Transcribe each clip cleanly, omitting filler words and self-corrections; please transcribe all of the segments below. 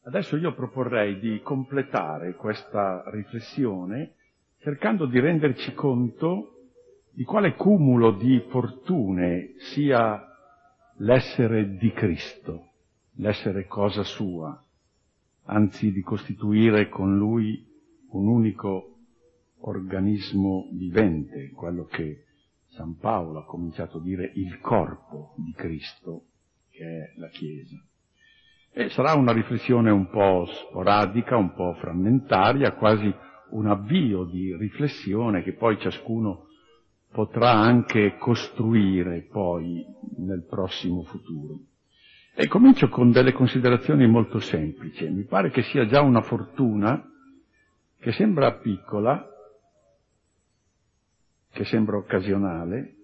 Adesso io proporrei di completare questa riflessione cercando di renderci conto di quale cumulo di fortune sia l'essere di Cristo, l'essere cosa sua, anzi di costituire con Lui un unico organismo vivente, quello che San Paolo ha cominciato a dire il corpo di Cristo, che è la Chiesa. E sarà una riflessione un po' sporadica, un po' frammentaria, quasi un avvio di riflessione che poi ciascuno potrà anche costruire poi nel prossimo futuro. E comincio con delle considerazioni molto semplici. Mi pare che sia già una fortuna che sembra piccola, che sembra occasionale,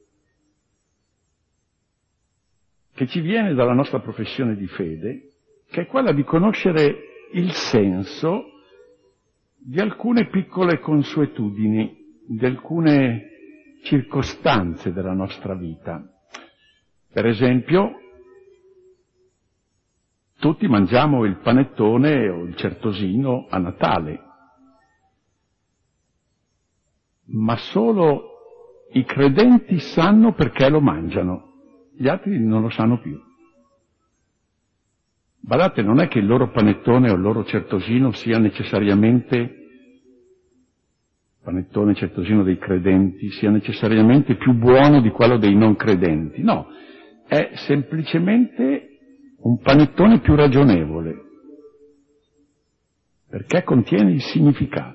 che ci viene dalla nostra professione di fede, che è quella di conoscere il senso di alcune piccole consuetudini, di alcune circostanze della nostra vita. Per esempio, tutti mangiamo il panettone o il certosino a Natale, ma solo i credenti sanno perché lo mangiano, gli altri non lo sanno più. Badate, non è che il loro panettone o il loro certosino sia necessariamente, panettone e certosino dei credenti, sia necessariamente più buono di quello dei non credenti. No, è semplicemente un panettone più ragionevole, perché contiene il significato.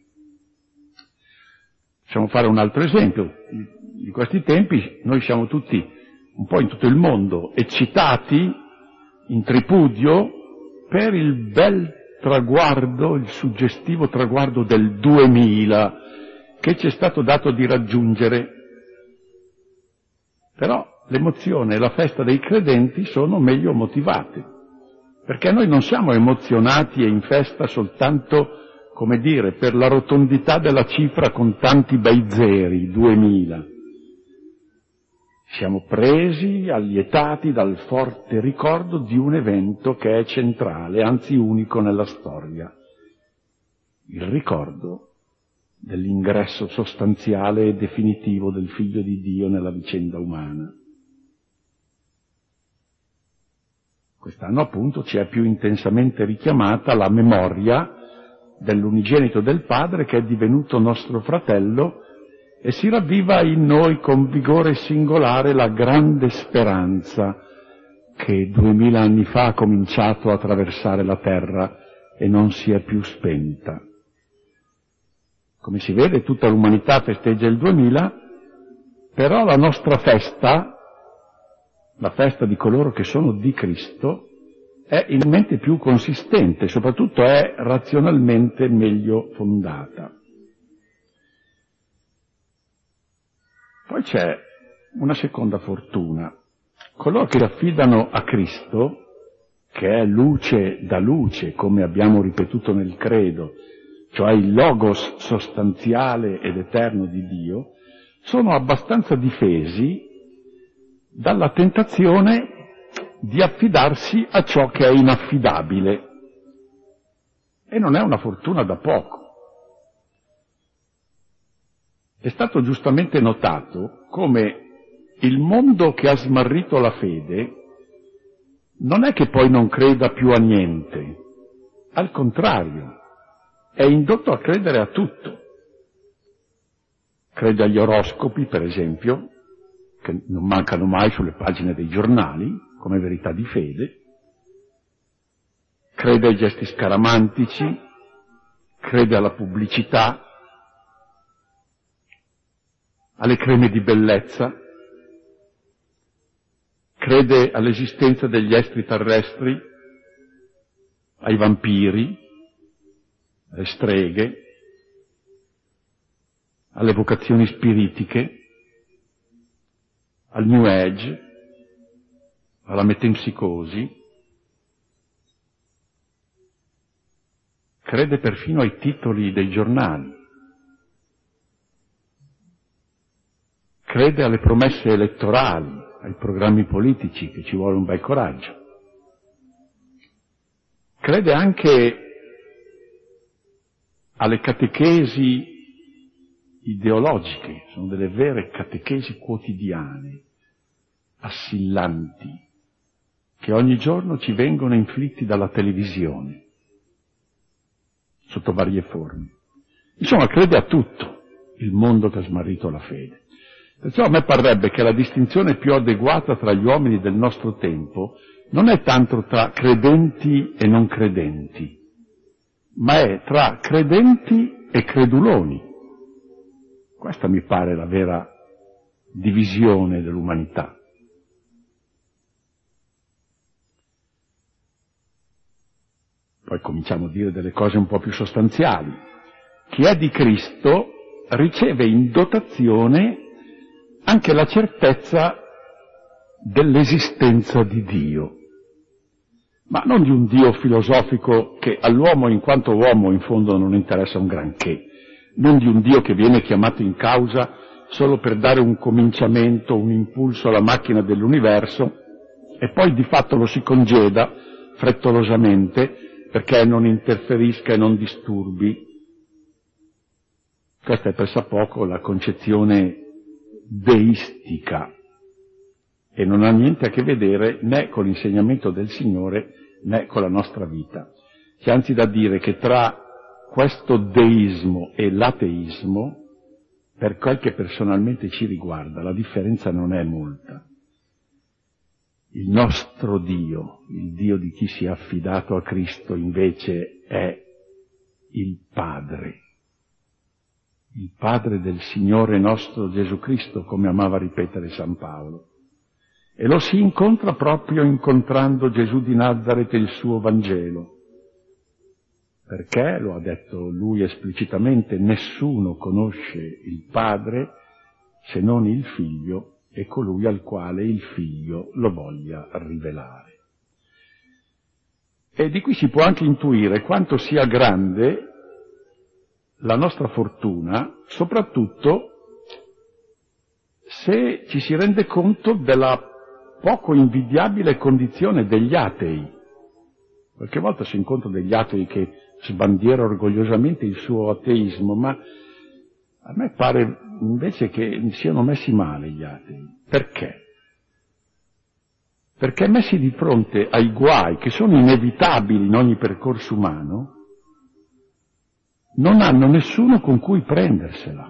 Possiamo fare un altro esempio. Di questi tempi noi siamo tutti, un po' in tutto il mondo, eccitati, in tripudio, per il bel traguardo, il suggestivo traguardo del 2000, che ci è stato dato di raggiungere. Però l'emozione e la festa dei credenti sono meglio motivate, perché noi non siamo emozionati e in festa soltanto, come dire, per la rotondità della cifra con tanti bei zeri, 2000. Siamo presi, allietati dal forte ricordo di un evento che è centrale, anzi unico nella storia. Il ricordo dell'ingresso sostanziale e definitivo del Figlio di Dio nella vicenda umana. Quest'anno appunto ci è più intensamente richiamata la memoria dell'unigenito del Padre che è divenuto nostro fratello e si ravviva in noi con vigore singolare la grande speranza che 2000 anni fa ha cominciato a attraversare la terra e non si è più spenta. Come si vede, tutta l'umanità festeggia il 2000, però la nostra festa, la festa di coloro che sono di Cristo, è in mente più consistente, soprattutto è razionalmente meglio fondata. Poi c'è una seconda fortuna. Coloro che si affidano a Cristo, che è luce da luce, come abbiamo ripetuto nel credo, cioè il logos sostanziale ed eterno di Dio, sono abbastanza difesi dalla tentazione di affidarsi a ciò che è inaffidabile. E non è una fortuna da poco. È stato giustamente notato come il mondo che ha smarrito la fede non è che poi non creda più a niente, al contrario, è indotto a credere a tutto. Crede agli oroscopi, per esempio, che non mancano mai sulle pagine dei giornali, come verità di fede, crede ai gesti scaramantici, crede alla pubblicità, alle creme di bellezza, crede all'esistenza degli estri terrestri, ai vampiri, alle streghe, alle vocazioni spiritiche, al New Age, alla metempsicosi, crede perfino ai titoli dei giornali, crede alle promesse elettorali, ai programmi politici, che ci vuole un bel coraggio. crede anche alle catechesi ideologiche, sono delle vere catechesi quotidiane, assillanti, che ogni giorno ci vengono inflitti dalla televisione, sotto varie forme. Insomma, crede a tutto il mondo che ha smarrito la fede. Perciò a me parrebbe che la distinzione più adeguata tra gli uomini del nostro tempo non è tanto tra credenti e non credenti, ma è tra credenti e creduloni. Questa mi pare la vera divisione dell'umanità. Poi cominciamo a dire delle cose un po' più sostanziali. Chi è di Cristo riceve in dotazione anche la certezza dell'esistenza di Dio, ma non di un Dio filosofico che all'uomo in quanto uomo in fondo non interessa un granché, non di un Dio che viene chiamato in causa solo per dare un cominciamento, un impulso alla macchina dell'universo e poi di fatto lo si congeda frettolosamente perché non interferisca e non disturbi. Questa è pressappoco la concezione deistica e non ha niente a che vedere né con l'insegnamento del Signore né con la nostra vita. C'è anzi da dire che tra questo deismo e l'ateismo, per quel che personalmente ci riguarda, la differenza non è molta. Il nostro Dio, il Dio di chi si è affidato a Cristo, invece è il Padre del Signore nostro Gesù Cristo, come amava ripetere San Paolo. E lo si incontra proprio incontrando Gesù di Nazaret e il suo Vangelo. Perché, lo ha detto lui esplicitamente, nessuno conosce il Padre se non il Figlio e colui al quale il Figlio lo voglia rivelare. E di qui si può anche intuire quanto sia grande la nostra fortuna, soprattutto se ci si rende conto della poco invidiabile condizione degli atei. Qualche volta si incontra degli atei che sbandiera orgogliosamente il suo ateismo, ma a me pare invece che siano messi male gli atei. Perché? Perché messi di fronte ai guai che sono inevitabili in ogni percorso umano, non hanno nessuno con cui prendersela.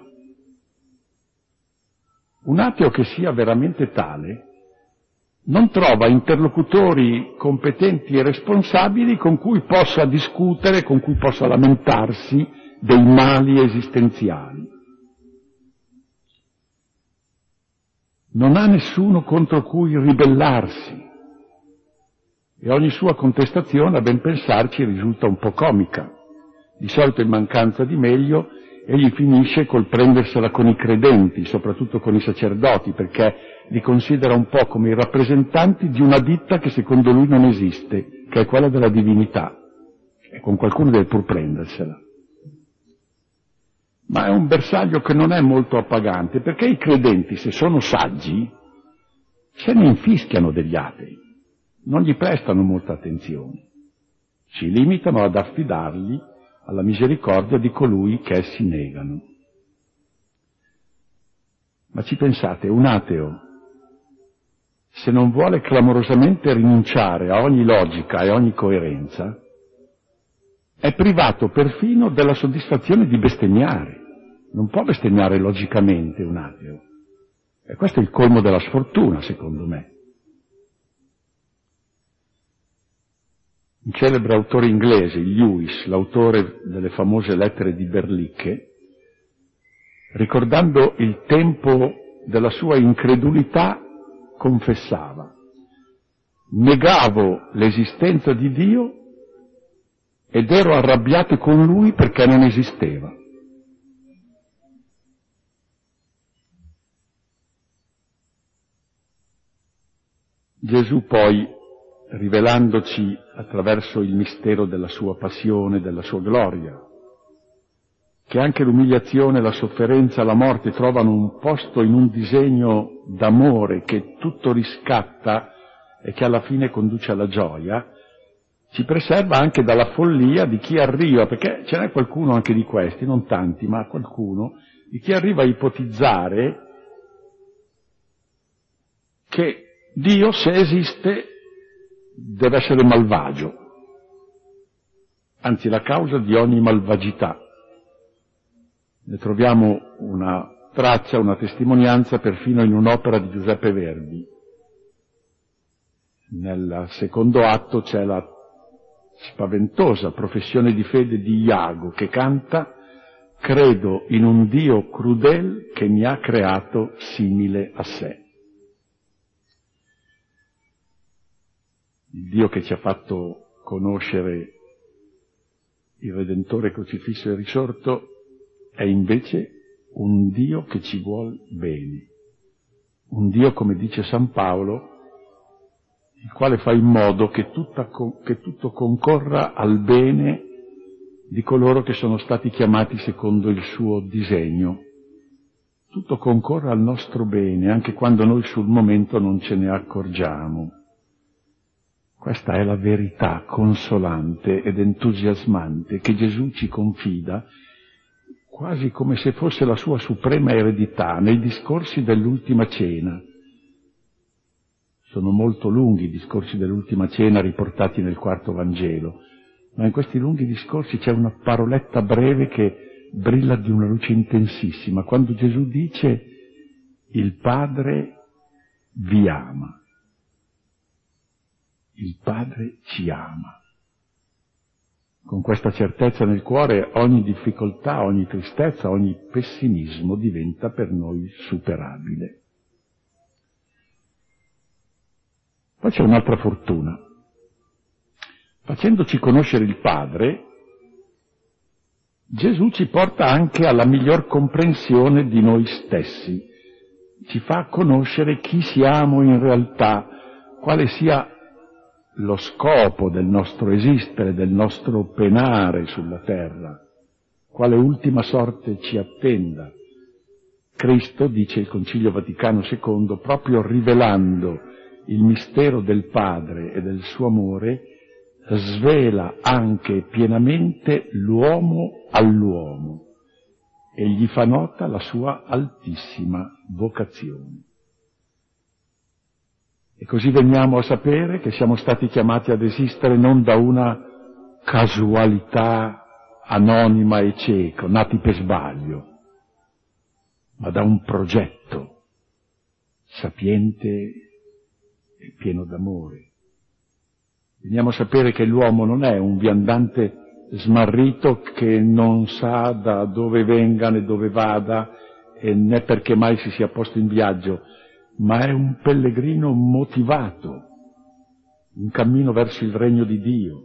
Un ateo che sia veramente tale non trova interlocutori competenti e responsabili con cui possa discutere, con cui possa lamentarsi dei mali esistenziali. Non ha nessuno contro cui ribellarsi e ogni sua contestazione, a ben pensarci, risulta un po' comica. Di solito, in mancanza di meglio, egli finisce col prendersela con i credenti, soprattutto con i sacerdoti, perché li considera un po' come i rappresentanti di una ditta che secondo lui non esiste, che è quella della divinità, e con qualcuno deve pur prendersela. Ma è un bersaglio che non è molto appagante, perché i credenti, se sono saggi, se ne infischiano degli atei, non gli prestano molta attenzione, si limitano ad affidarli alla misericordia di colui che essi negano. Ma ci pensate, un ateo, se non vuole clamorosamente rinunciare a ogni logica e ogni coerenza, è privato perfino della soddisfazione di bestemmiare. Non può bestemmiare logicamente un ateo. E questo è il colmo della sfortuna, secondo me. Un celebre autore inglese, Lewis, l'autore delle famose lettere di Berlicche, ricordando il tempo della sua incredulità, confessava: negavo l'esistenza di Dio ed ero arrabbiato con lui perché non esisteva. Gesù poi, rivelandoci attraverso il mistero della sua passione, della sua gloria, che anche l'umiliazione, la sofferenza, la morte trovano un posto in un disegno d'amore che tutto riscatta e che alla fine conduce alla gioia, ci preserva anche dalla follia di chi arriva, perché ce n'è qualcuno anche di questi, non tanti, ma qualcuno, di chi arriva a ipotizzare che Dio, se esiste, deve essere malvagio, anzi la causa di ogni malvagità. Ne troviamo una traccia, una testimonianza perfino in un'opera di Giuseppe Verdi. Nel secondo atto c'è la spaventosa professione di fede di Iago che canta: credo in un Dio crudel che mi ha creato simile a sé. Il Dio che ci ha fatto conoscere il Redentore crocifisso e risorto è invece un Dio che ci vuol bene, un Dio, come dice San Paolo, il quale fa in modo che tutto concorra al bene di coloro che sono stati chiamati secondo il suo disegno. Tutto concorre al nostro bene, anche quando noi sul momento non ce ne accorgiamo. Questa è la verità consolante ed entusiasmante che Gesù ci confida, quasi come se fosse la sua suprema eredità, nei discorsi dell'ultima cena. Sono molto lunghi i discorsi dell'ultima cena riportati nel quarto Vangelo, ma in questi lunghi discorsi c'è una paroletta breve che brilla di una luce intensissima, quando Gesù dice: il Padre vi ama, il Padre ci ama. Con questa certezza nel cuore ogni difficoltà, ogni tristezza, ogni pessimismo diventa per noi superabile. Poi c'è un'altra fortuna. Facendoci conoscere il Padre, Gesù ci porta anche alla miglior comprensione di noi stessi, ci fa conoscere chi siamo in realtà, quale sia lo scopo del nostro esistere, del nostro penare sulla terra, quale ultima sorte ci attenda. Cristo, dice il Concilio Vaticano II, proprio rivelando il mistero del Padre e del suo amore, svela anche pienamente l'uomo all'uomo e gli fa nota la sua altissima vocazione. E così veniamo a sapere che siamo stati chiamati ad esistere non da una casualità anonima e cieca, nati per sbaglio, ma da un progetto sapiente e pieno d'amore. Veniamo a sapere che l'uomo non è un viandante smarrito che non sa da dove venga né dove vada e né perché mai si sia posto in viaggio, ma è un pellegrino motivato, in cammino verso il regno di Dio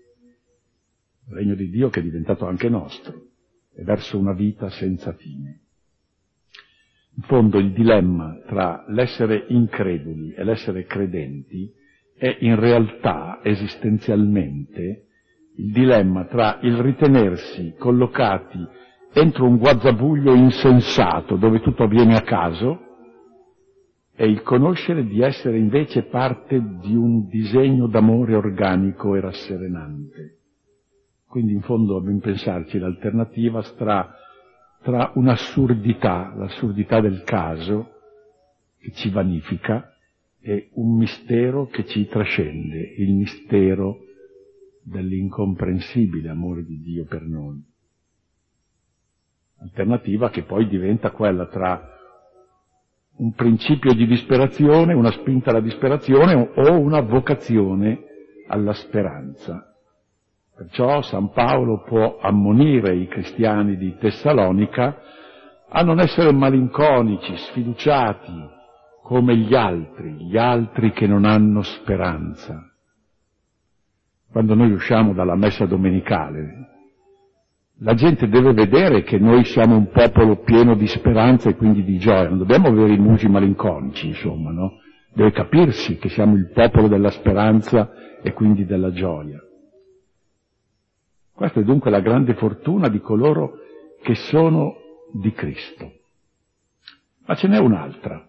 che è diventato anche nostro, e verso una vita senza fine. In fondo il dilemma tra l'essere increduli e l'essere credenti è in realtà, esistenzialmente, il dilemma tra il ritenersi collocati entro un guazzabuglio insensato dove tutto avviene a caso e il conoscere di essere invece parte di un disegno d'amore organico e rasserenante. Quindi in fondo, a ben pensarci, l'alternativa tra un'assurdità, l'assurdità del caso, che ci vanifica, e un mistero che ci trascende, il mistero dell'incomprensibile amore di Dio per noi. Alternativa che poi diventa quella tra un principio di disperazione, una spinta alla disperazione o una vocazione alla speranza. Perciò San Paolo può ammonire i cristiani di Tessalonica a non essere malinconici, sfiduciati, come gli altri che non hanno speranza. Quando noi usciamo dalla messa domenicale, la gente deve vedere che noi siamo un popolo pieno di speranza e quindi di gioia, non dobbiamo avere i musi malinconici, insomma, no? Deve capirsi che siamo il popolo della speranza e quindi della gioia. Questa è dunque la grande fortuna di coloro che sono di Cristo. Ma ce n'è un'altra.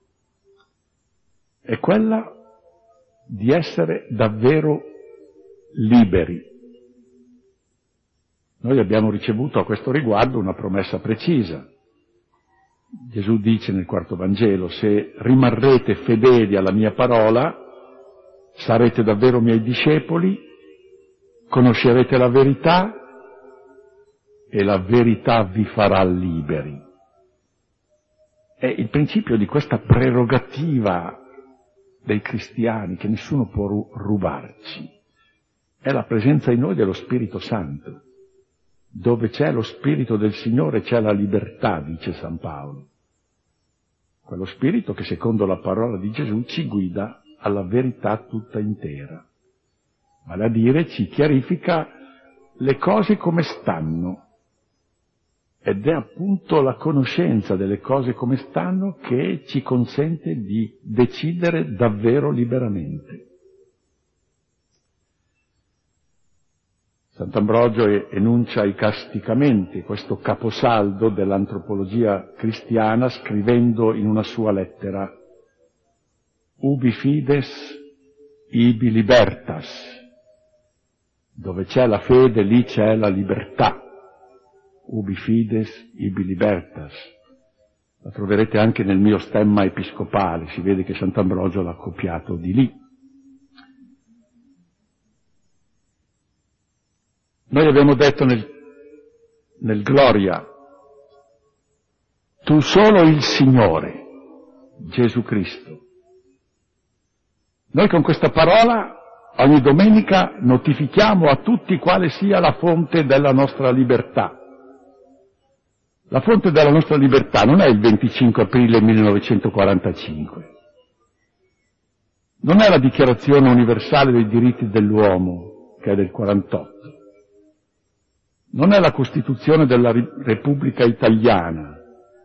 È quella di essere davvero liberi. Noi abbiamo ricevuto a questo riguardo una promessa precisa. Gesù dice nel quarto Vangelo: se rimarrete fedeli alla mia parola, sarete davvero miei discepoli, conoscerete la verità e la verità vi farà liberi. È il principio di questa prerogativa dei cristiani che nessuno può rubarci. È la presenza in noi dello Spirito Santo. Dove c'è lo Spirito del Signore c'è la libertà, dice San Paolo. Quello Spirito che, secondo la parola di Gesù, ci guida alla verità tutta intera. Vale a dire, ci chiarifica le cose come stanno. Ed è appunto la conoscenza delle cose come stanno che ci consente di decidere davvero liberamente. Sant'Ambrogio enuncia icasticamente questo caposaldo dell'antropologia cristiana scrivendo in una sua lettera: ubi fides, ibi libertas. Dove c'è la fede, lì c'è la libertà. Ubi fides, ibi libertas. La troverete anche nel mio stemma episcopale, si vede che Sant'Ambrogio l'ha copiato di lì. Noi abbiamo detto nel Gloria: tu solo il Signore, Gesù Cristo. Noi con questa parola ogni domenica notifichiamo a tutti quale sia la fonte della nostra libertà. La fonte della nostra libertà non è il 25 aprile 1945, non è la Dichiarazione universale dei diritti dell'uomo, che è del 48, non è la Costituzione della Repubblica Italiana,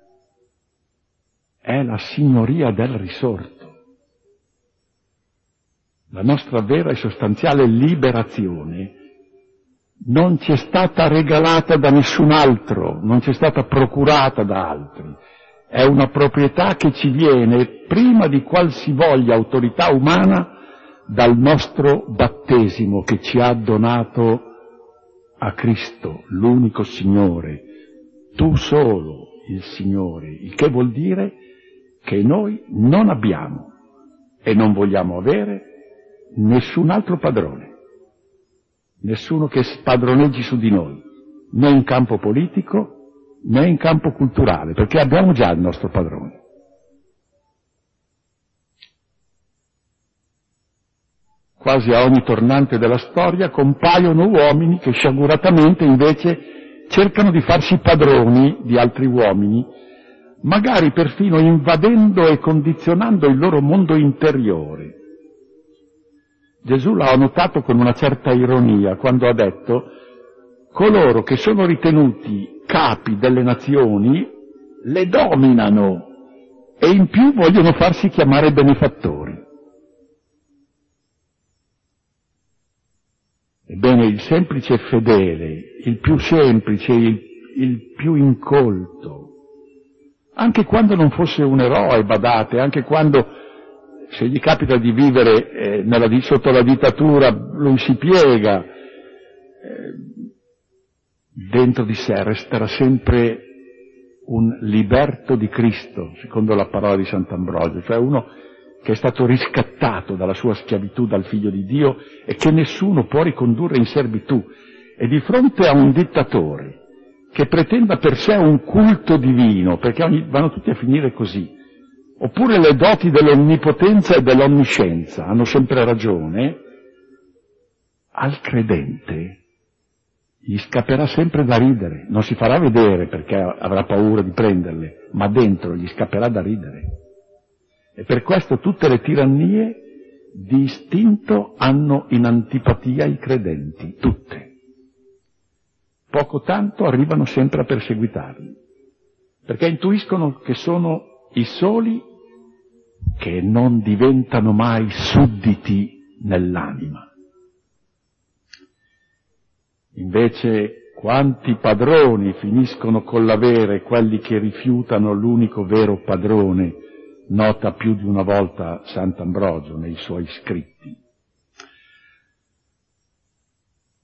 è la signoria del risorto. La nostra vera e sostanziale liberazione non ci è stata regalata da nessun altro, non ci è stata procurata da altri. È una proprietà che ci viene, prima di qualsivoglia autorità umana, dal nostro battesimo che ci ha donato a Cristo, l'unico Signore, tu solo il Signore, il che vuol dire che noi non abbiamo e non vogliamo avere nessun altro padrone, nessuno che spadroneggi su di noi, né in campo politico né in campo culturale, perché abbiamo già il nostro padrone. Quasi a ogni tornante della storia compaiono uomini che sciaguratamente invece cercano di farsi padroni di altri uomini, magari perfino invadendo e condizionando il loro mondo interiore. Gesù l'ha notato con una certa ironia quando ha detto: coloro che sono ritenuti capi delle nazioni le dominano e in più vogliono farsi chiamare benefattori. Ebbene, il semplice fedele, il più semplice, il più incolto, anche quando non fosse un eroe, badate, anche quando, se gli capita di vivere sotto la dittatura, lui si piega, dentro di sé resterà sempre un liberto di Cristo, secondo la parola di Sant'Ambrogio, cioè uno che è stato riscattato dalla sua schiavitù dal Figlio di Dio e che nessuno può ricondurre in servitù. E di fronte a un dittatore che pretenda per sé un culto divino, perché vanno tutti a finire così, oppure le doti dell'onnipotenza e dell'onniscienza hanno sempre ragione, al credente gli scapperà sempre da ridere, non si farà vedere perché avrà paura di prenderle, ma dentro gli scapperà da ridere. E per questo tutte le tirannie di istinto hanno in antipatia i credenti, tutte. Poco tanto arrivano sempre a perseguitarli, perché intuiscono che sono i soli che non diventano mai sudditi nell'anima. Invece, quanti padroni finiscono con l'avere quelli che rifiutano l'unico vero padrone, nota più di una volta Sant'Ambrogio nei suoi scritti.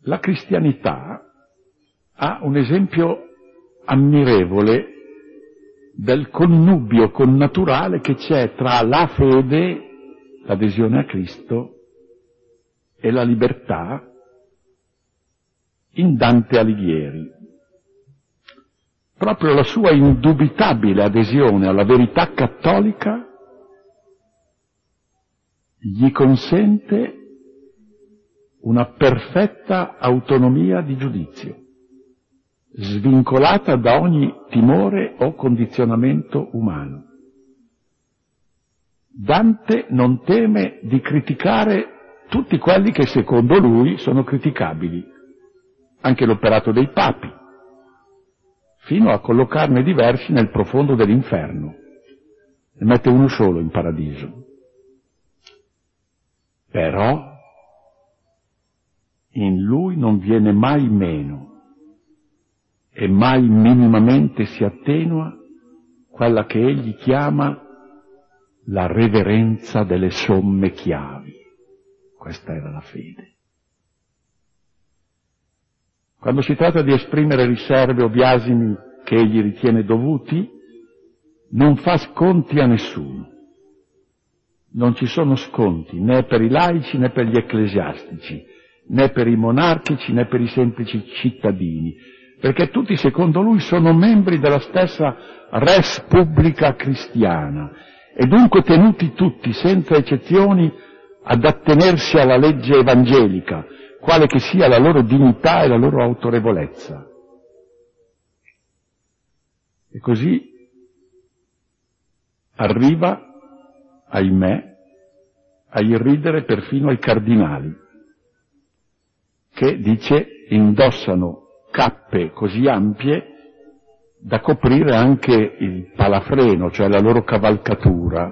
la cristianità ha un esempio ammirevole del connubio connaturale che c'è tra la fede, l'adesione a Cristo, e la libertà in Dante Alighieri. Proprio la sua indubitabile adesione alla verità cattolica gli consente una perfetta autonomia di giudizio, svincolata da ogni timore o condizionamento umano. Dante non teme di criticare tutti quelli che secondo lui sono criticabili, anche l'operato dei papi, fino a collocarne diversi nel profondo dell'inferno. Ne mette uno solo in paradiso. Però in lui non viene mai meno e mai minimamente si attenua quella che egli chiama la reverenza delle somme chiavi. Questa era la fede. Quando si tratta di esprimere riserve o biasimi che egli ritiene dovuti, non fa sconti a nessuno. Non ci sono sconti né per i laici né per gli ecclesiastici, né per i monarchici né per i semplici cittadini, perché tutti secondo lui sono membri della stessa res publica cristiana e dunque tenuti tutti, senza eccezioni, ad attenersi alla legge evangelica, quale che sia la loro dignità e la loro autorevolezza. E così arriva, ahimè, a irridere perfino ai cardinali, che, dice, indossano cappe così ampie da coprire anche il palafreno, cioè la loro cavalcatura.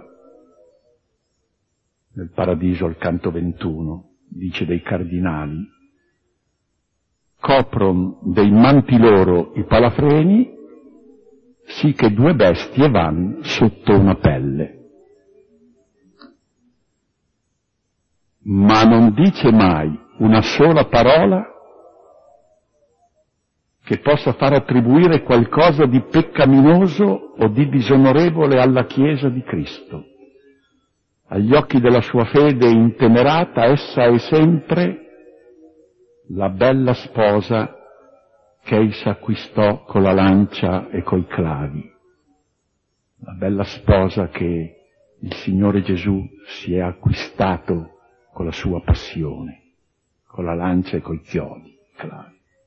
Nel Paradiso, al canto 21, dice dei cardinali, copron dei manti loro i palafreni, sì che due bestie van sotto una pelle. Ma non dice mai una sola parola che possa far attribuire qualcosa di peccaminoso o di disonorevole alla Chiesa di Cristo. Agli occhi della sua fede intemerata, essa è sempre la bella sposa che essa acquistò con la lancia e coi clavi, la bella sposa che il Signore Gesù si è acquistato con la sua passione, con la lancia e coi chiodi, clavi.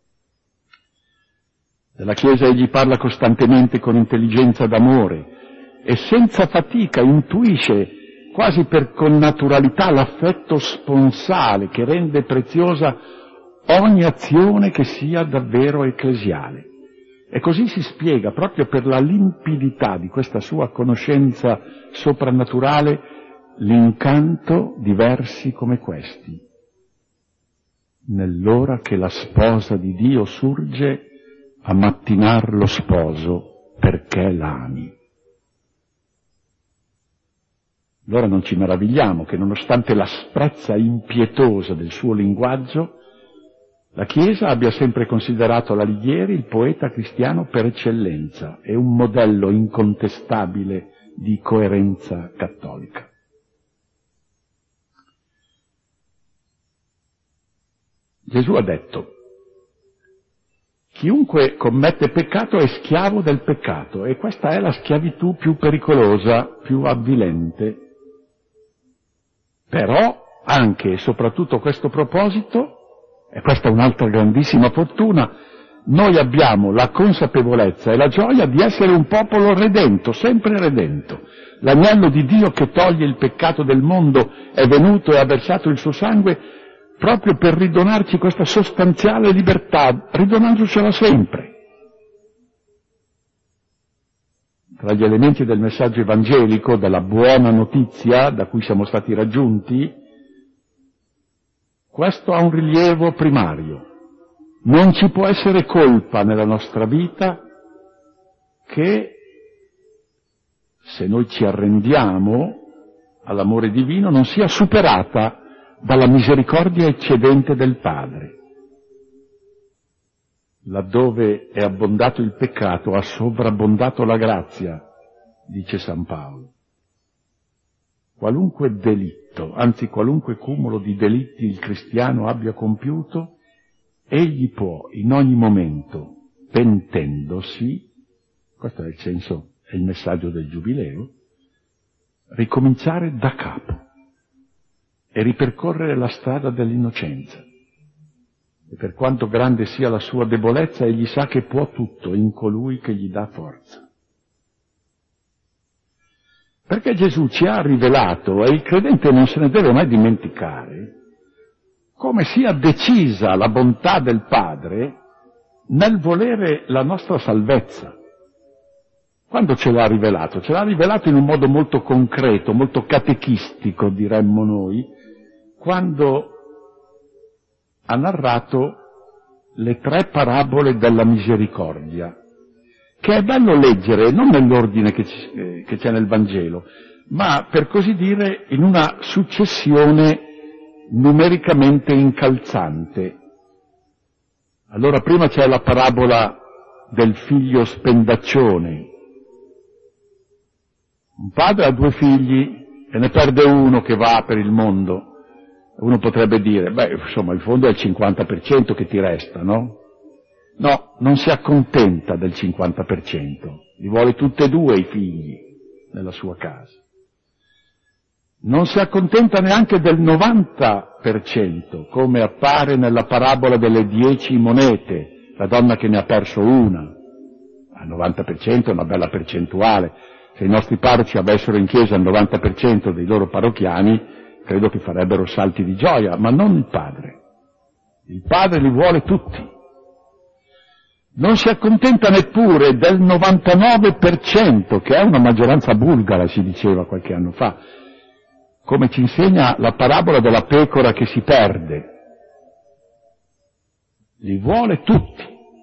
Della Chiesa egli parla costantemente con intelligenza d'amore e senza fatica intuisce quasi per connaturalità l'affetto sponsale che rende preziosa ogni azione che sia davvero ecclesiale. E così si spiega, proprio per la limpidità di questa sua conoscenza soprannaturale, l'incanto di versi come questi. Nell'ora che la sposa di Dio surge, a mattinar lo sposo perché l'ami. Allora non ci meravigliamo che nonostante l'asprezza impietosa del suo linguaggio, la Chiesa abbia sempre considerato l'Alighieri il poeta cristiano per eccellenza e un modello incontestabile di coerenza cattolica. Gesù ha detto: chiunque commette peccato è schiavo del peccato, e questa è la schiavitù più pericolosa, più avvilente. Però anche e soprattutto a questo proposito, e questa è un'altra grandissima fortuna, noi abbiamo la consapevolezza e la gioia di essere un popolo redento, sempre redento. L'agnello di Dio che toglie il peccato del mondo è venuto e ha versato il suo sangue proprio per ridonarci questa sostanziale libertà, ridonandocela sempre. Tra gli elementi del messaggio evangelico, della buona notizia da cui siamo stati raggiunti, questo ha un rilievo primario. Non ci può essere colpa nella nostra vita che, se noi ci arrendiamo all'amore divino, non sia superata dalla misericordia eccedente del Padre. laddove è abbondato il peccato, ha sovrabbondato la grazia, dice San Paolo. Qualunque delitto, anzi qualunque cumulo di delitti il cristiano abbia compiuto, egli può in ogni momento, pentendosi, questo è il senso, è il messaggio del Giubileo, ricominciare da capo e ripercorrere la strada dell'innocenza. E per quanto grande sia la sua debolezza, egli sa che può tutto in colui che gli dà forza. Perché Gesù ci ha rivelato, e il credente non se ne deve mai dimenticare, come sia decisa la bontà del Padre nel volere la nostra salvezza. Quando ce l'ha rivelato? Ce l'ha rivelato in un modo molto concreto, molto catechistico, diremmo noi, quando ha narrato le 3 parabole della misericordia, che è bello leggere non nell'ordine che c'è nel Vangelo, ma per così dire in una successione numericamente incalzante. Allora prima c'è la parabola del figlio spendaccione. Un padre ha 2 figli e ne perde uno che va per il mondo. Uno potrebbe dire, insomma, in fondo è il 50% che ti resta, no? No, non si accontenta del 50%, li vuole tutti e 2 i figli nella sua casa. Non si accontenta neanche del 90%, come appare nella parabola delle 10 monete, la donna che ne ha perso una. Al 90% è una bella percentuale. Se i nostri parroci avessero in chiesa il 90% dei loro parrocchiani, credo che farebbero salti di gioia, ma non il Padre. Il Padre li vuole tutti. Non si accontenta neppure del 99%, che è una maggioranza bulgara, si diceva qualche anno fa, come ci insegna la parabola della pecora che si perde. Li vuole tutti.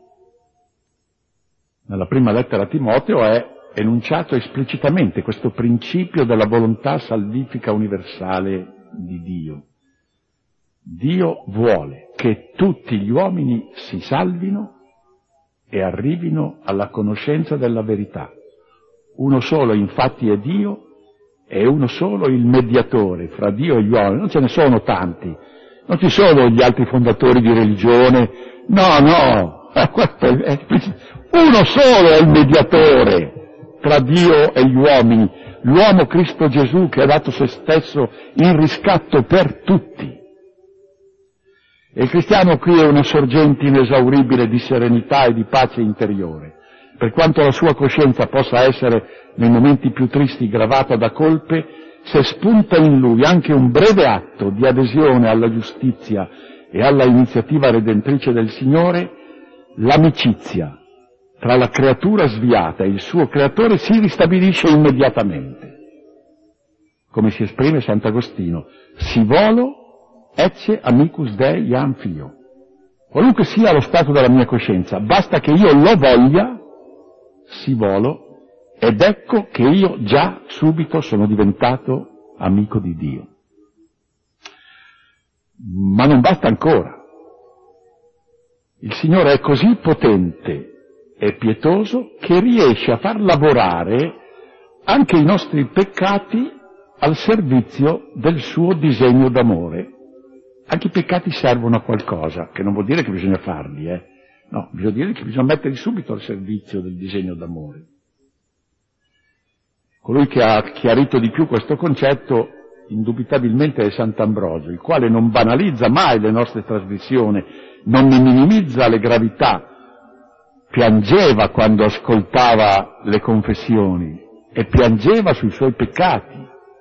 Nella prima lettera a Timoteo è enunciato esplicitamente questo principio della volontà salvifica universale di Dio. Dio vuole che tutti gli uomini si salvino e arrivino alla conoscenza della verità. Uno solo infatti è Dio e uno solo il mediatore fra Dio e gli uomini. Non ce ne sono tanti, non ci sono gli altri fondatori di religione, no, uno solo è il mediatore tra Dio e gli uomini, l'uomo Cristo Gesù che ha dato se stesso in riscatto per tutti. E il cristiano qui è una sorgente inesauribile di serenità e di pace interiore. Per quanto la sua coscienza possa essere nei momenti più tristi gravata da colpe, se spunta in lui anche un breve atto di adesione alla giustizia e alla iniziativa redentrice del Signore, l'amicizia tra la creatura sviata e il suo creatore si ristabilisce immediatamente. Come si esprime Sant'Agostino, si volo ecce amicus Dei iam fio. Qualunque sia lo stato della mia coscienza, basta che io lo voglia, si volo, ed ecco che io già subito sono diventato amico di Dio. Ma non basta ancora. Il Signore è così potente e pietoso che riesce a far lavorare anche i nostri peccati al servizio del suo disegno d'amore. Anche i peccati servono a qualcosa, che non vuol dire che bisogna farli, no, bisogna dire che bisogna metterli subito al servizio del disegno d'amore. Colui che ha chiarito di più questo concetto indubitabilmente è Sant'Ambrogio, il quale non banalizza mai le nostre trasgressioni, non ne minimizza le gravità, piangeva quando ascoltava le confessioni e piangeva sui suoi peccati,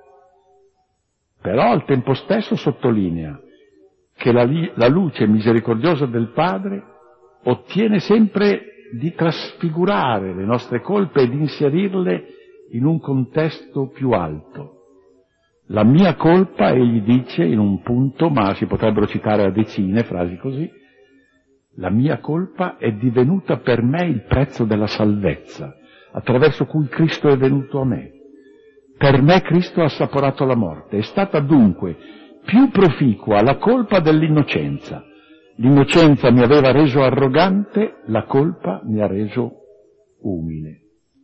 però al tempo stesso sottolinea che la luce misericordiosa del Padre ottiene sempre di trasfigurare le nostre colpe e di inserirle in un contesto più alto. La mia colpa, egli dice in un punto, ma si potrebbero citare a decine frasi così, la mia colpa è divenuta per me il prezzo della salvezza, attraverso cui Cristo è venuto a me. Per me Cristo ha assaporato la morte. È stata dunque più proficua la colpa dell'innocenza, L'innocenza mi aveva reso arrogante, la colpa mi ha reso umile.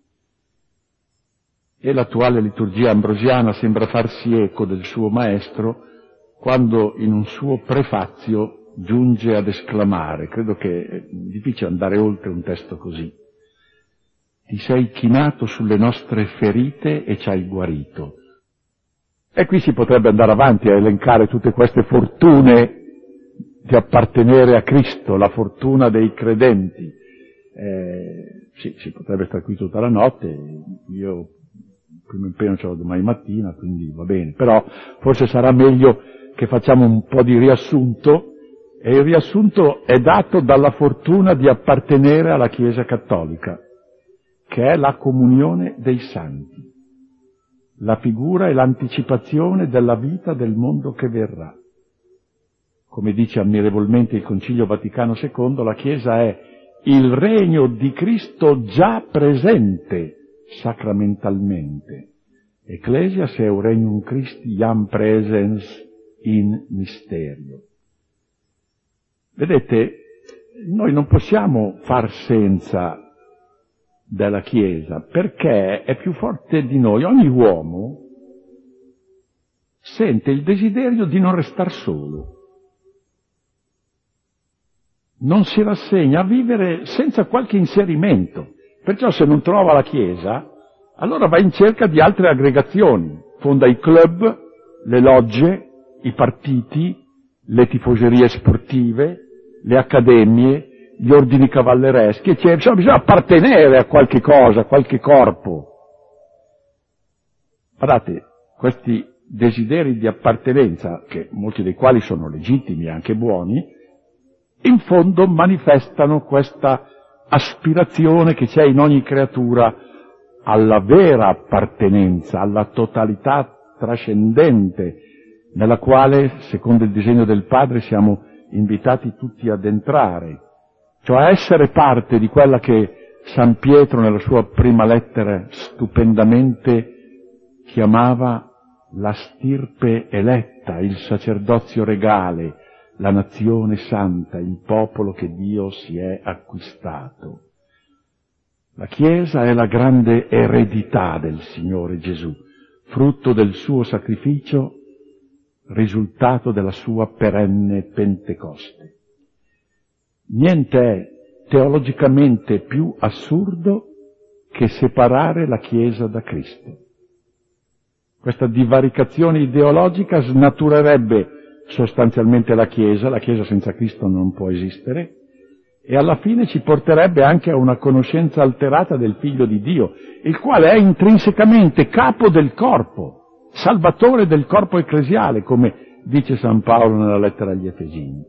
E l'attuale liturgia ambrosiana sembra farsi eco del suo maestro quando in un suo prefazio giunge ad esclamare, credo che è difficile andare oltre un testo così: ti sei chinato sulle nostre ferite e ci hai guarito. E qui si potrebbe andare avanti a elencare tutte queste fortune di appartenere a Cristo, la fortuna dei credenti. Sì, si potrebbe stare qui tutta la notte, io il primo impegno ce l'ho domani mattina, quindi va bene, però forse sarà meglio che facciamo un po' di riassunto, e il riassunto è dato dalla fortuna di appartenere alla Chiesa Cattolica, che è la comunione dei santi, la figura e l'anticipazione della vita del mondo che verrà. Come dice ammirevolmente il Concilio Vaticano II, la Chiesa è il regno di Cristo già presente sacramentalmente. Ecclesias est regnum Christi iam presens in mysterio. Vedete, noi non possiamo far senza della Chiesa, perché è più forte di noi. Ogni uomo sente il desiderio di non restar solo. Non si rassegna a vivere senza qualche inserimento. Perciò se non trova la Chiesa, allora va in cerca di altre aggregazioni. Fonda i club, le logge, i partiti, le tifoserie sportive, le accademie, gli ordini cavallereschi, eccetera. Bisogna appartenere a qualche cosa, a qualche corpo. Guardate, questi desideri di appartenenza, che molti dei quali sono legittimi e anche buoni, in fondo manifestano questa aspirazione che c'è in ogni creatura alla vera appartenenza, alla totalità trascendente, nella quale, secondo il disegno del Padre, siamo invitati tutti ad entrare, cioè a essere parte di quella che San Pietro nella sua prima lettera stupendamente chiamava la stirpe eletta, il sacerdozio regale, la nazione santa, il popolo che Dio si è acquistato. La Chiesa è la grande eredità del Signore Gesù, frutto del suo sacrificio, risultato della sua perenne Pentecoste. Niente è teologicamente più assurdo che separare la Chiesa da Cristo. Questa divaricazione ideologica snaturerebbe sostanzialmente la Chiesa senza Cristo non può esistere, e alla fine ci porterebbe anche a una conoscenza alterata del Figlio di Dio, il quale è intrinsecamente capo del corpo, salvatore del corpo ecclesiale, come dice San Paolo nella lettera agli Efesini.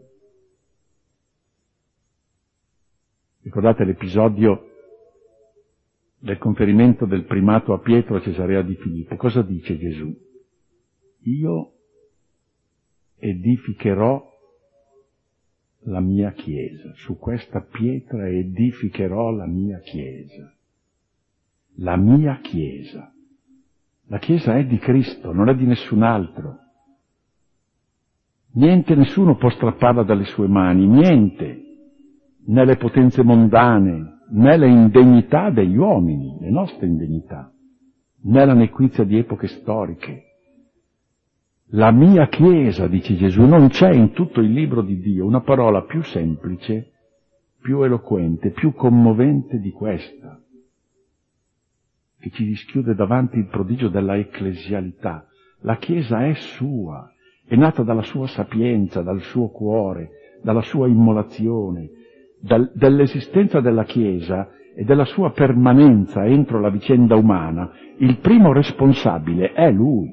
Ricordate l'episodio del conferimento del primato a Pietro a Cesarea di Filippo? Cosa dice Gesù? Io edificherò la mia Chiesa, su questa pietra edificherò la mia Chiesa. La mia Chiesa. La Chiesa è di Cristo, non è di nessun altro. Niente, nessuno può strapparla dalle sue mani, niente, né le potenze mondane, né le indegnità degli uomini, le nostre indegnità, né la nequizia di epoche storiche. La mia Chiesa, dice Gesù, non c'è in tutto il libro di Dio una parola più semplice, più eloquente, più commovente di questa, che ci dischiude davanti il prodigio della ecclesialità. La Chiesa è sua, è nata dalla sua sapienza, dal suo cuore, dalla sua immolazione, dell'esistenza della Chiesa e della sua permanenza entro la vicenda umana. Il primo responsabile è Lui.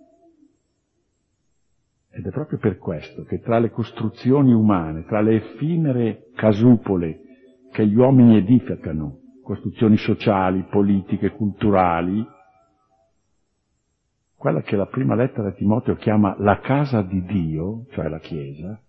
Ed è proprio per questo che tra le costruzioni umane, tra le effimere casupole che gli uomini edificano, costruzioni sociali, politiche, culturali, quella che la prima lettera a Timoteo chiama la casa di Dio, cioè la Chiesa,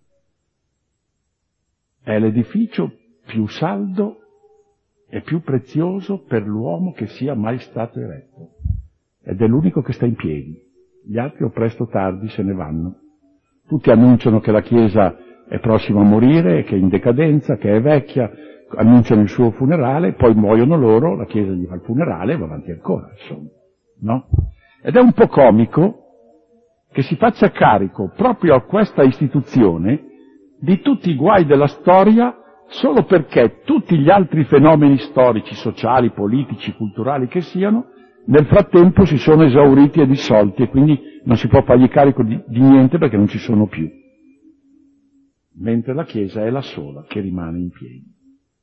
è l'edificio più saldo e più prezioso per l'uomo che sia mai stato eretto. Ed è l'unico che sta in piedi. Gli altri o presto o tardi se ne vanno. Tutti annunciano che la Chiesa è prossima a morire, che è in decadenza, che è vecchia, annunciano il suo funerale, poi muoiono loro, la Chiesa gli fa il funerale e va avanti ancora, insomma, no? Ed è un po' comico che si faccia carico proprio a questa istituzione di tutti i guai della storia solo perché tutti gli altri fenomeni storici, sociali, politici, culturali che siano, nel frattempo si sono esauriti e dissolti e quindi non si può fargli carico di niente perché non ci sono più. Mentre la Chiesa è la sola che rimane in piedi.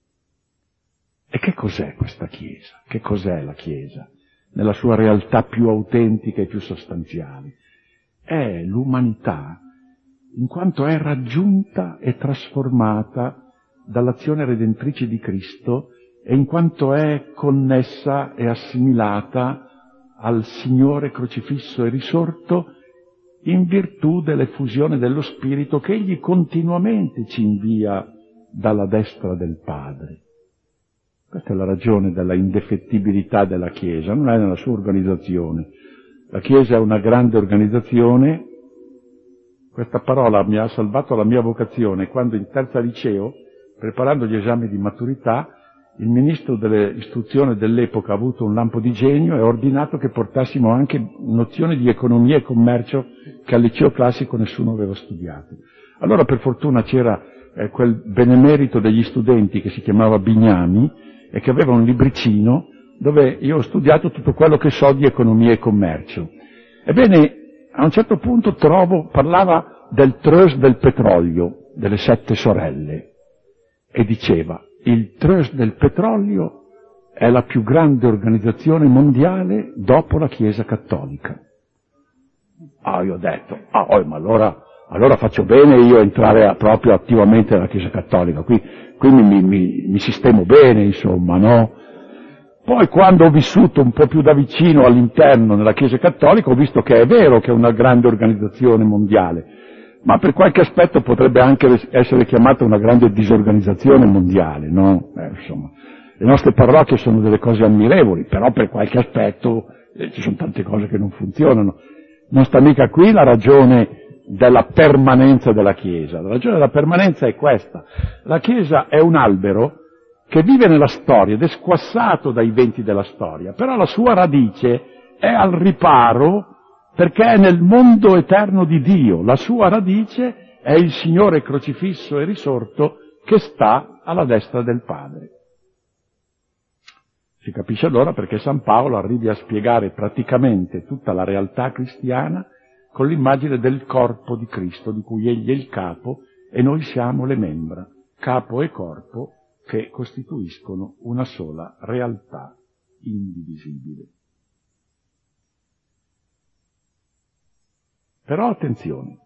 E che cos'è questa Chiesa? Che cos'è la Chiesa? Nella sua realtà più autentica e più sostanziale. È l'umanità in quanto è raggiunta e trasformata dall'azione redentrice di Cristo e in quanto è connessa e assimilata al Signore crocifisso e risorto in virtù dell'effusione dello Spirito che Egli continuamente ci invia dalla destra del Padre. Questa è la ragione della indefettibilità della Chiesa, non è nella sua organizzazione. La Chiesa è una grande organizzazione. Questa parola mi ha salvato la mia vocazione quando in terza liceo, preparando gli esami di maturità, il ministro dell'istruzione dell'epoca ha avuto un lampo di genio e ha ordinato che portassimo anche nozioni di economia e commercio che al liceo classico nessuno aveva studiato. Allora per fortuna c'era quel benemerito degli studenti che si chiamava Bignami e che aveva un libricino dove io ho studiato tutto quello che so di economia e commercio. Ebbene, a un certo punto parlava del Trust del petrolio, delle 7 sorelle, e diceva: il Trust del petrolio è la più grande organizzazione mondiale dopo la Chiesa Cattolica. Io ho detto, ma allora faccio bene io entrare proprio attivamente nella Chiesa Cattolica, qui mi sistemo bene, insomma, no? Poi quando ho vissuto un po' più da vicino all'interno nella Chiesa Cattolica ho visto che è vero che è una grande organizzazione mondiale, ma per qualche aspetto potrebbe anche essere chiamata una grande disorganizzazione mondiale, no? Insomma, le nostre parrocchie sono delle cose ammirevoli, però per qualche aspetto ci sono tante cose che non funzionano. Non sta mica qui la ragione della permanenza della Chiesa. La ragione della permanenza è questa. La Chiesa è un albero che vive nella storia ed è squassato dai venti della storia, però la sua radice è al riparo perché è nel mondo eterno di Dio. La sua radice è il Signore crocifisso e risorto che sta alla destra del Padre. Si capisce allora perché San Paolo arrivi a spiegare praticamente tutta la realtà cristiana con l'immagine del corpo di Cristo, di cui egli è il capo e noi siamo le membra, capo e corpo che costituiscono una sola realtà indivisibile. Però attenzione,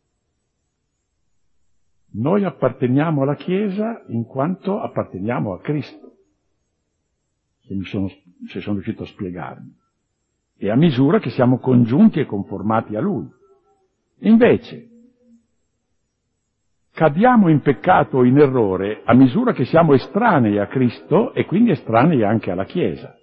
noi apparteniamo alla Chiesa in quanto apparteniamo a Cristo, se sono riuscito a spiegarmi, e a misura che siamo congiunti e conformati a Lui. Invece, cadiamo in peccato o in errore a misura che siamo estranei a Cristo e quindi estranei anche alla Chiesa.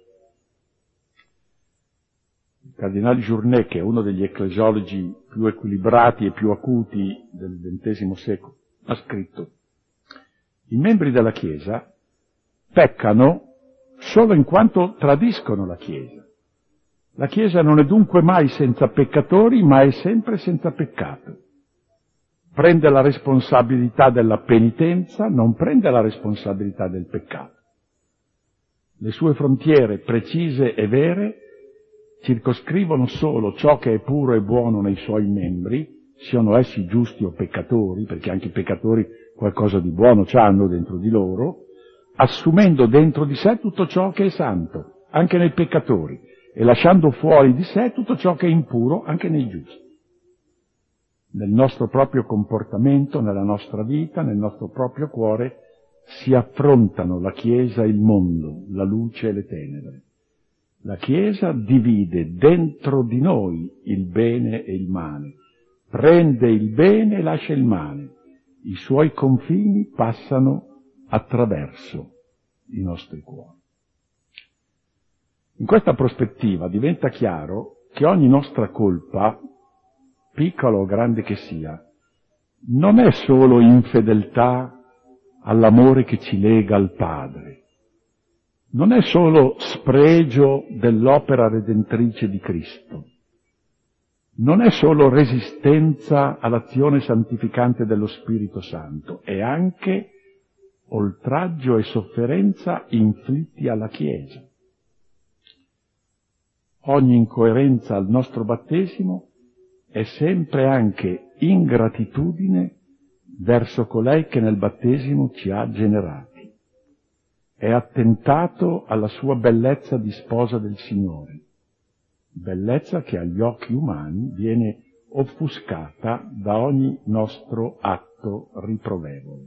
Il cardinale Journet, che è uno degli ecclesiologi più equilibrati e più acuti del XX secolo, ha scritto: i membri della Chiesa peccano solo in quanto tradiscono la Chiesa. La Chiesa non è dunque mai senza peccatori, ma è sempre senza peccato. Prende la responsabilità della penitenza, non prende la responsabilità del peccato. Le sue frontiere precise e vere circoscrivono solo ciò che è puro e buono nei suoi membri, siano essi giusti o peccatori, perché anche i peccatori qualcosa di buono c'hanno dentro di loro, assumendo dentro di sé tutto ciò che è santo, anche nei peccatori, e lasciando fuori di sé tutto ciò che è impuro, anche nei giusti. Nel nostro proprio comportamento, nella nostra vita, nel nostro proprio cuore, si affrontano la Chiesa e il mondo, la luce e le tenebre. La Chiesa divide dentro di noi il bene e il male, prende il bene e lascia il male. I suoi confini passano attraverso i nostri cuori. In questa prospettiva diventa chiaro che ogni nostra colpa, piccola o grande che sia, non è solo infedeltà all'amore che ci lega al Padre, non è solo spregio dell'opera redentrice di Cristo, non è solo resistenza all'azione santificante dello Spirito Santo, è anche oltraggio e sofferenza inflitti alla Chiesa. Ogni incoerenza al nostro battesimo è sempre anche ingratitudine verso colei che nel battesimo ci ha generati. È attentato alla sua bellezza di sposa del Signore, bellezza che agli occhi umani viene offuscata da ogni nostro atto riprovevole.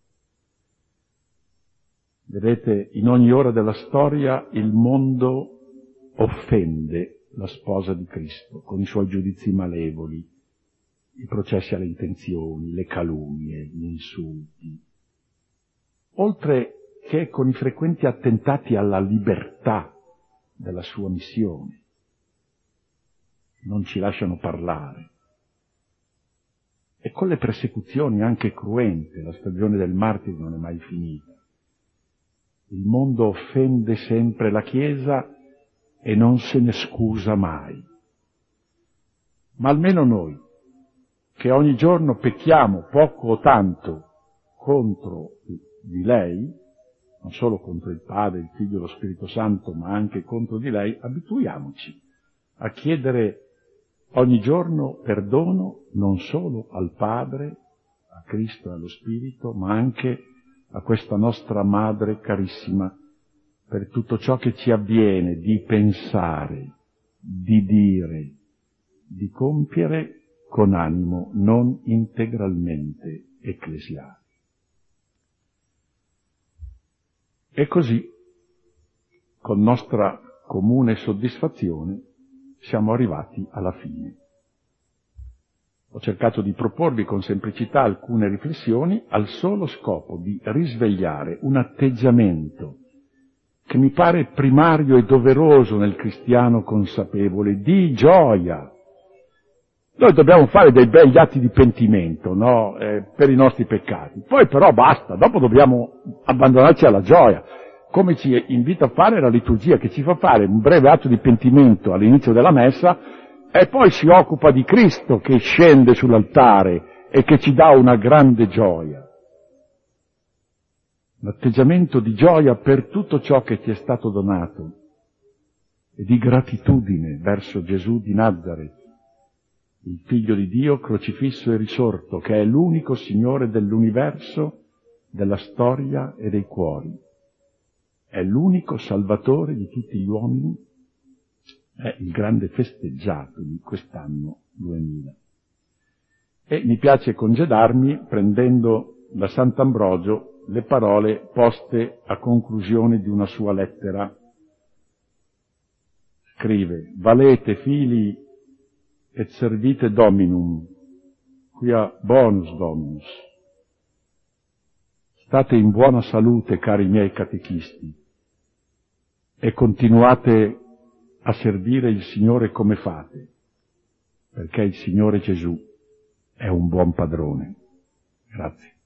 Vedete, in ogni ora della storia il mondo offende la sposa di Cristo con i suoi giudizi malevoli, i processi alle intenzioni, le calunnie, gli insulti, oltre che con i frequenti attentati alla libertà della sua missione. Non ci lasciano parlare. E con le persecuzioni anche cruente, la stagione del martire non è mai finita. Il mondo offende sempre la Chiesa e non se ne scusa mai. Ma almeno noi, che ogni giorno pecchiamo poco o tanto contro di lei, non solo contro il Padre, il Figlio e lo Spirito Santo, ma anche contro di lei, abituiamoci a chiedere ogni giorno perdono non solo al Padre, a Cristo e allo Spirito, ma anche a questa nostra Madre carissima, per tutto ciò che ci avviene di pensare, di dire, di compiere con animo non integralmente ecclesiale. E così, con nostra comune soddisfazione, siamo arrivati alla fine. Ho cercato di proporvi con semplicità alcune riflessioni al solo scopo di risvegliare un atteggiamento che mi pare primario e doveroso nel cristiano consapevole, di gioia. Noi dobbiamo fare dei begli atti di pentimento, no? Per i nostri peccati. Poi però basta, dopo dobbiamo abbandonarci alla gioia, come ci invita a fare la liturgia, che ci fa fare un breve atto di pentimento all'inizio della messa e poi si occupa di Cristo che scende sull'altare e che ci dà una grande gioia. Un atteggiamento di gioia per tutto ciò che ci è stato donato e di gratitudine verso Gesù di Nazaret, il Figlio di Dio crocifisso e risorto, che è l'unico Signore dell'universo, della storia e dei cuori. È l'unico Salvatore di tutti gli uomini, è il grande festeggiato di quest'anno 2000. E mi piace congedarmi prendendo da Sant'Ambrogio le parole poste a conclusione di una sua lettera. Scrive: valete fili et servite Dominum, quia bonus Dominus. State in buona salute, cari miei catechisti, e continuate a servire il Signore come fate, perché il Signore Gesù è un buon padrone. Grazie.